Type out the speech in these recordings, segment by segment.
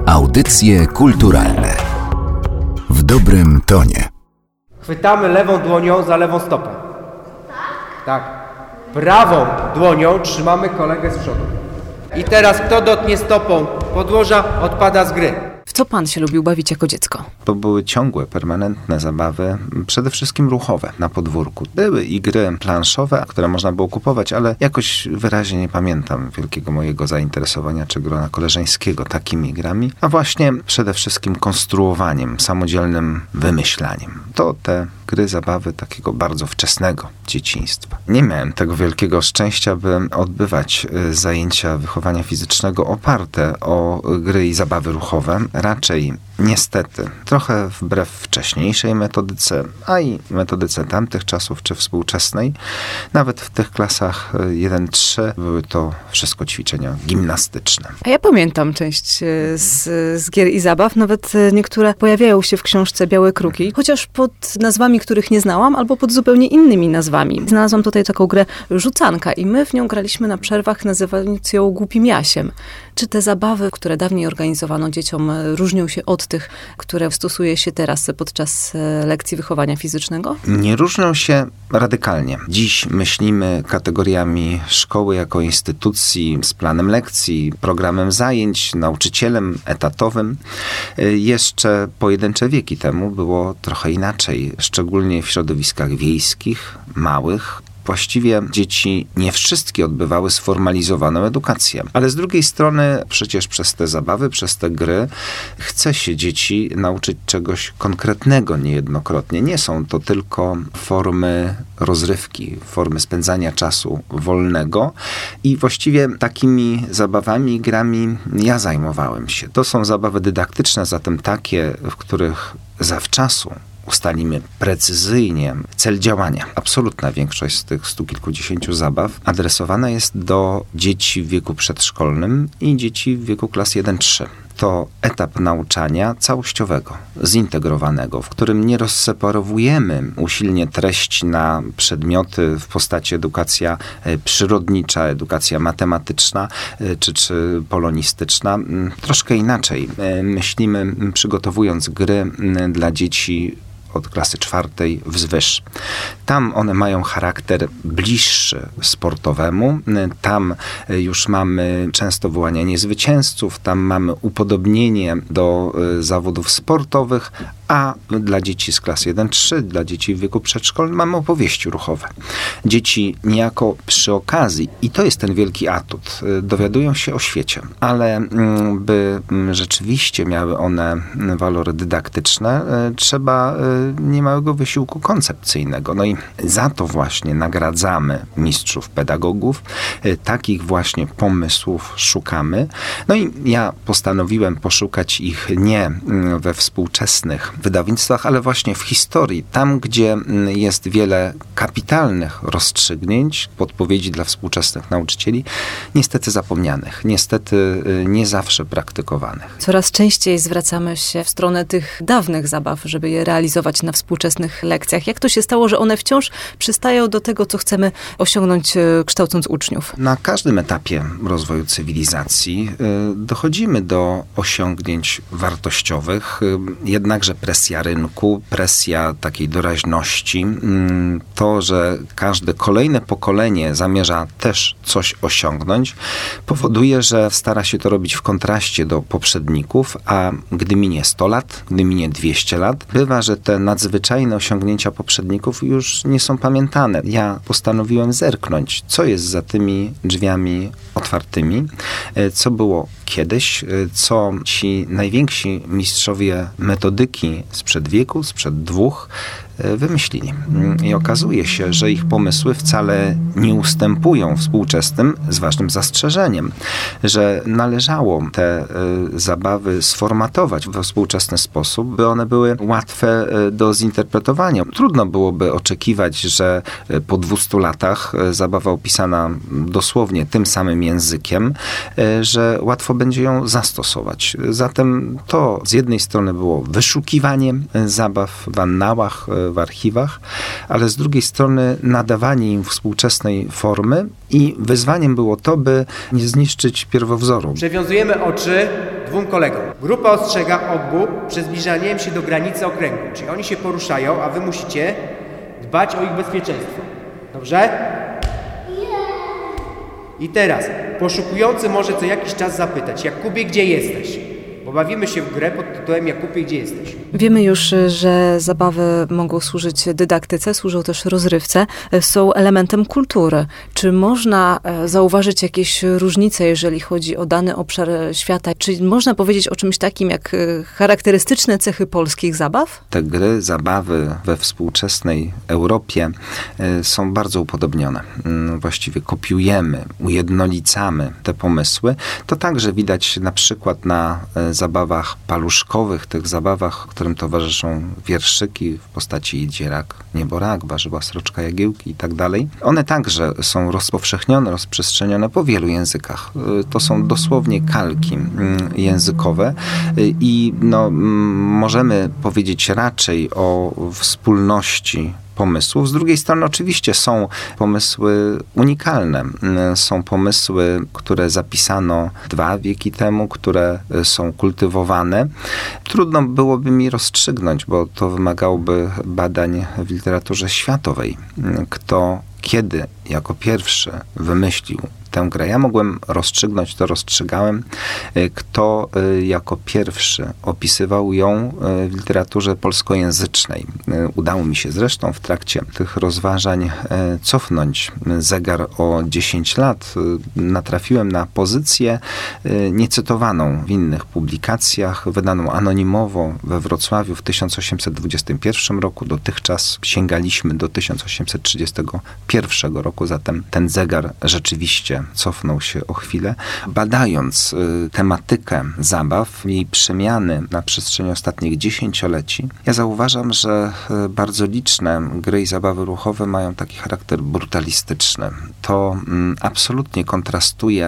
Audycje kulturalne w dobrym tonie. Chwytamy lewą dłonią za lewą stopę. Tak. Prawą dłonią trzymamy kolegę z przodu. I teraz kto dotknie stopą podłoża, odpada z gry. W co pan się lubił bawić jako dziecko? To były ciągłe, permanentne zabawy, przede wszystkim ruchowe na podwórku. Były i gry planszowe, które można było kupować, ale jakoś wyraźnie nie pamiętam wielkiego mojego zainteresowania czy grona koleżeńskiego takimi grami, a właśnie przede wszystkim konstruowaniem, samodzielnym wymyślaniem. To te gry, zabawy takiego bardzo wczesnego dzieciństwa. Nie miałem tego wielkiego szczęścia, by odbywać zajęcia wychowania fizycznego oparte o gry i zabawy ruchowe. Raczej, niestety, trochę wbrew wcześniejszej metodyce, a i metodyce tamtych czasów czy współczesnej, nawet w tych klasach 1-3 były to wszystko ćwiczenia gimnastyczne. A ja pamiętam część z gier i zabaw, nawet niektóre pojawiają się w książce Białe Kruki, chociaż pod nazwami, których nie znałam, albo pod zupełnie innymi nazwami. Znalazłam tutaj taką grę Rzucanka i my w nią graliśmy na przerwach, nazywając ją Głupim Jasiem. Czy te zabawy, które dawniej organizowano dzieciom, różnią się od tych, które stosuje się teraz podczas lekcji wychowania fizycznego? Nie różnią się radykalnie. Dziś myślimy kategoriami szkoły jako instytucji z planem lekcji, programem zajęć, nauczycielem etatowym. Jeszcze pojedyncze wieki temu było trochę inaczej, szczególnie w środowiskach wiejskich, małych. Właściwie dzieci nie wszystkie odbywały sformalizowaną edukację. Ale z drugiej strony przecież przez te zabawy, przez te gry chce się dzieci nauczyć czegoś konkretnego niejednokrotnie. Nie są to tylko formy rozrywki, formy spędzania czasu wolnego i właściwie takimi zabawami, grami ja zajmowałem się. To są zabawy dydaktyczne, zatem takie, w których zawczasu ustalimy precyzyjnie cel działania. Absolutna większość z tych 100 kilkudziesięciu zabaw adresowana jest do dzieci w wieku przedszkolnym i dzieci w wieku klas 1-3. To etap nauczania całościowego, zintegrowanego, w którym nie rozseparowujemy usilnie treści na przedmioty w postaci edukacja przyrodnicza, edukacja matematyczna czy polonistyczna. Troszkę inaczej myślimy, przygotowując gry dla dzieci od klasy 4 wzwyż. Tam one mają charakter bliższy sportowemu. Tam już mamy często wyłanianie zwycięzców, tam mamy upodobnienie do zawodów sportowych, a dla dzieci z klas 1-3, dla dzieci w wieku przedszkolnym mamy opowieści ruchowe. Dzieci niejako przy okazji, i to jest ten wielki atut, dowiadują się o świecie, ale by rzeczywiście miały one walory dydaktyczne, trzeba niemałego wysiłku koncepcyjnego. No i za to właśnie nagradzamy mistrzów, pedagogów. Takich właśnie pomysłów szukamy. No i ja postanowiłem poszukać ich nie we współczesnych wydawnictwach, ale właśnie w historii. Tam, gdzie jest wiele kapitalnych rozstrzygnięć, podpowiedzi dla współczesnych nauczycieli, niestety zapomnianych, niestety nie zawsze praktykowanych. Coraz częściej zwracamy się w stronę tych dawnych zabaw, żeby je realizować na współczesnych lekcjach. Jak to się stało, że one wciąż przystają do tego, co chcemy osiągnąć, kształcąc uczniów? Na każdym etapie rozwoju cywilizacji dochodzimy do osiągnięć wartościowych, jednakże presja rynku, presja takiej doraźności, to, że każde kolejne pokolenie zamierza też coś osiągnąć, powoduje, że stara się to robić w kontraście do poprzedników, a gdy minie 100 lat, gdy minie 200 lat, bywa, że te nadzwyczajne osiągnięcia poprzedników już nie są pamiętane. Ja postanowiłem zerknąć, co jest za tymi drzwiami otwartymi, co było kiedyś, co ci najwięksi mistrzowie metodyki sprzed wieku, sprzed 2 wymyślili. I okazuje się, że ich pomysły wcale nie ustępują współczesnym, z ważnym zastrzeżeniem, że należało te zabawy sformatować we współczesny sposób, by one były łatwe do zinterpretowania. Trudno byłoby oczekiwać, że po 200 latach zabawa opisana dosłownie tym samym językiem, że łatwo będzie ją zastosować. Zatem to z jednej strony było wyszukiwanie zabaw w annałach w archiwach, ale z drugiej strony nadawanie im współczesnej formy i wyzwaniem było to, by nie zniszczyć pierwowzoru. Przewiązujemy oczy dwóm kolegom. Grupa ostrzega obu przed zbliżaniem się do granicy okręgu, czyli oni się poruszają, a wy musicie dbać o ich bezpieczeństwo. Dobrze? I teraz poszukujący może co jakiś czas zapytać: Jakubie, gdzie jesteś? Bo bawimy się w grę pod tytułem Jakubie, gdzie jesteś? Wiemy już, że zabawy mogą służyć dydaktyce, służą też rozrywce, są elementem kultury. Czy można zauważyć jakieś różnice, jeżeli chodzi o dany obszar świata? Czy można powiedzieć o czymś takim jak charakterystyczne cechy polskich zabaw? Te gry, zabawy we współczesnej Europie są bardzo upodobnione. Właściwie kopiujemy, ujednolicamy te pomysły. To także widać na przykład na zabawach paluszkowych, tych zabawach, którym towarzyszą wierszyki w postaci idzie-rak, niebo-rak, warzyła, sroczka, jagiełki i tak dalej. One także są rozpowszechnione, rozprzestrzenione po wielu językach. To są dosłownie kalki językowe i możemy powiedzieć raczej o wspólności pomysłów. Z drugiej strony oczywiście są pomysły unikalne. Są pomysły, które zapisano 2 wieki temu, które są kultywowane. Trudno byłoby mi rozstrzygnąć, bo to wymagałoby badań w literaturze światowej. Kto, kiedy jako pierwszy wymyślił tę grę. Ja mogłem rozstrzygnąć, to rozstrzygałem, kto jako pierwszy opisywał ją w literaturze polskojęzycznej. Udało mi się zresztą w trakcie tych rozważań cofnąć zegar o 10 lat. Natrafiłem na pozycję niecytowaną w innych publikacjach, wydaną anonimowo we Wrocławiu w 1821 roku. Dotychczas sięgaliśmy do 1831 roku, zatem ten zegar rzeczywiście cofnął się o chwilę. Badając tematykę zabaw, jej przemiany na przestrzeni ostatnich dziesięcioleci, ja zauważam, że bardzo liczne gry i zabawy ruchowe mają taki charakter brutalistyczny. To absolutnie kontrastuje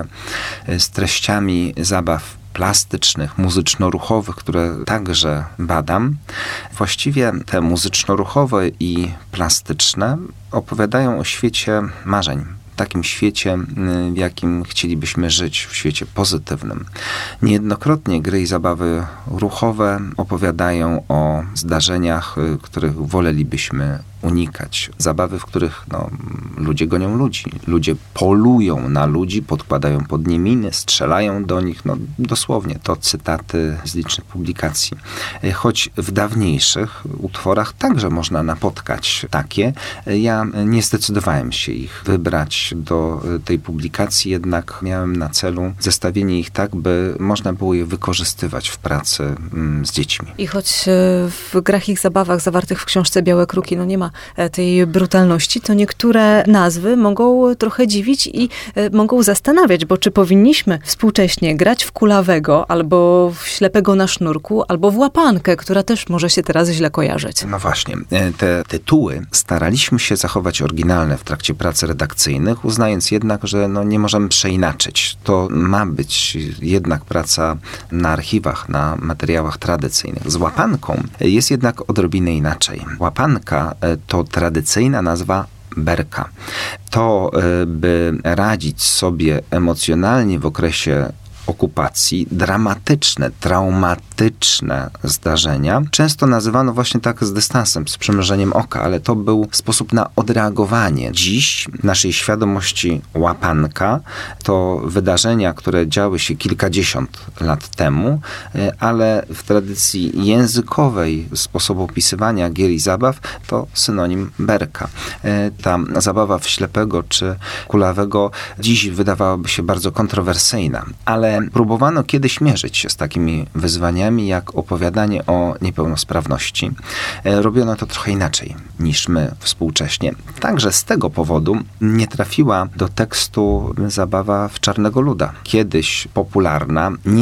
z treściami zabaw plastycznych, muzyczno-ruchowych, które także badam. Właściwie te muzyczno-ruchowe i plastyczne opowiadają o świecie marzeń. Takim świecie, w jakim chcielibyśmy żyć, w świecie pozytywnym. Niejednokrotnie gry i zabawy ruchowe opowiadają o zdarzeniach, których wolelibyśmy unikać. Zabawy, w których ludzie gonią ludzi. Ludzie polują na ludzi, podkładają pod nie miny, strzelają do nich. Dosłownie to cytaty z licznych publikacji. Choć w dawniejszych utworach także można napotkać takie. Ja nie zdecydowałem się ich wybrać do tej publikacji, jednak miałem na celu zestawienie ich tak, by można było je wykorzystywać w pracy z dziećmi. I choć w grach i zabawach zawartych w książce Białe Kruki nie ma tej brutalności, to niektóre nazwy mogą trochę dziwić i mogą zastanawiać, bo czy powinniśmy współcześnie grać w kulawego, albo w ślepego na sznurku, albo w łapankę, która też może się teraz źle kojarzyć. No właśnie. Te tytuły staraliśmy się zachować oryginalne w trakcie prac redakcyjnych, uznając jednak, że nie możemy przeinaczyć. To ma być jednak praca na archiwach, na materiałach tradycyjnych. Z łapanką jest jednak odrobinę inaczej. Łapanka to tradycyjna nazwa berka. To, by radzić sobie emocjonalnie w okresie okupacji, dramatyczne, traumatyczne zdarzenia często nazywano właśnie tak z dystansem, z przymrużeniem oka, ale to był sposób na odreagowanie. Dziś w naszej świadomości łapanka to wydarzenia, które działy się kilkadziesiąt lat temu, ale w tradycji językowej sposobu opisywania gier i zabaw to synonim berka. Ta zabawa w ślepego czy kulawego dziś wydawałaby się bardzo kontrowersyjna, ale próbowano kiedyś mierzyć się z takimi wyzwaniami, jak opowiadanie o niepełnosprawności. Robiono to trochę inaczej niż my współcześnie. Także z tego powodu nie trafiła do tekstu zabawa w Czarnego Luda. Kiedyś popularna, niestety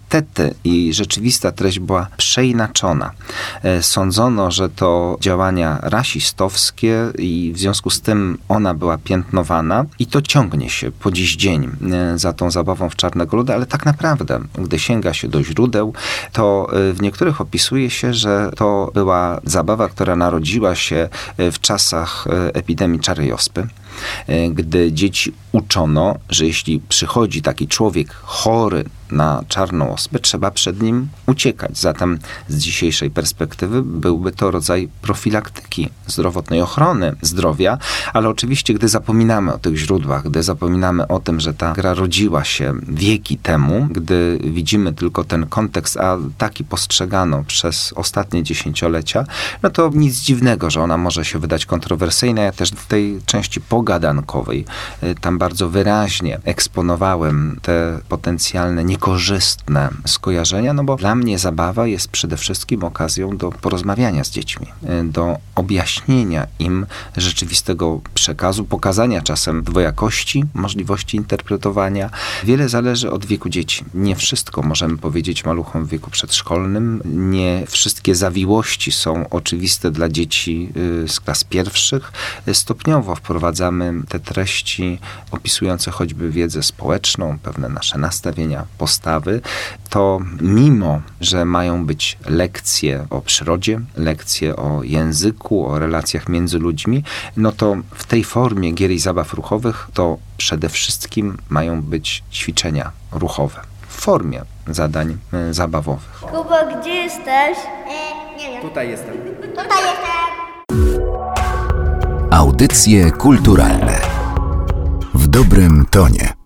niestety i rzeczywista treść była przeinaczona. Sądzono, że to działania rasistowskie i w związku z tym ona była piętnowana i to ciągnie się po dziś dzień za tą zabawą w czarnego luda, ale tak naprawdę, gdy sięga się do źródeł, to w niektórych opisuje się, że to była zabawa, która narodziła się w czasach epidemii czarnej ospy, gdy dzieci uczono, że jeśli przychodzi taki człowiek chory na czarną ospę, trzeba przed nim uciekać. Zatem z dzisiejszej perspektywy byłby to rodzaj profilaktyki, zdrowotnej ochrony zdrowia, ale oczywiście, gdy zapominamy o tych źródłach, gdy zapominamy o tym, że ta gra rodziła się wieki temu, gdy widzimy tylko ten kontekst, a taki postrzegano przez ostatnie dziesięciolecia, no to nic dziwnego, że ona może się wydać kontrowersyjna. Ja też w tej części pogadankowej tam bardzo wyraźnie eksponowałem te potencjalne niekorzystne skojarzenia, no bo dla mnie zabawa jest przede wszystkim okazją do porozmawiania z dziećmi, do objaśnienia im rzeczywistego przekazu, pokazania czasem dwojakości, możliwości interpretowania. Wiele zależy od wieku dzieci. Nie wszystko możemy powiedzieć maluchom w wieku przedszkolnym. Nie wszystkie zawiłości są oczywiste dla dzieci z klas pierwszych. Stopniowo wprowadzamy te treści opisujące choćby wiedzę społeczną, pewne nasze nastawienia, postawy. To mimo, że mają być lekcje o przyrodzie, lekcje o języku, o relacjach między ludźmi, no to w tej formie gier i zabaw ruchowych to przede wszystkim mają być ćwiczenia ruchowe w formie zadań zabawowych. Kuba, gdzie jesteś? Nie wiem. Tutaj jestem. Audycje kulturalne w dobrym tonie.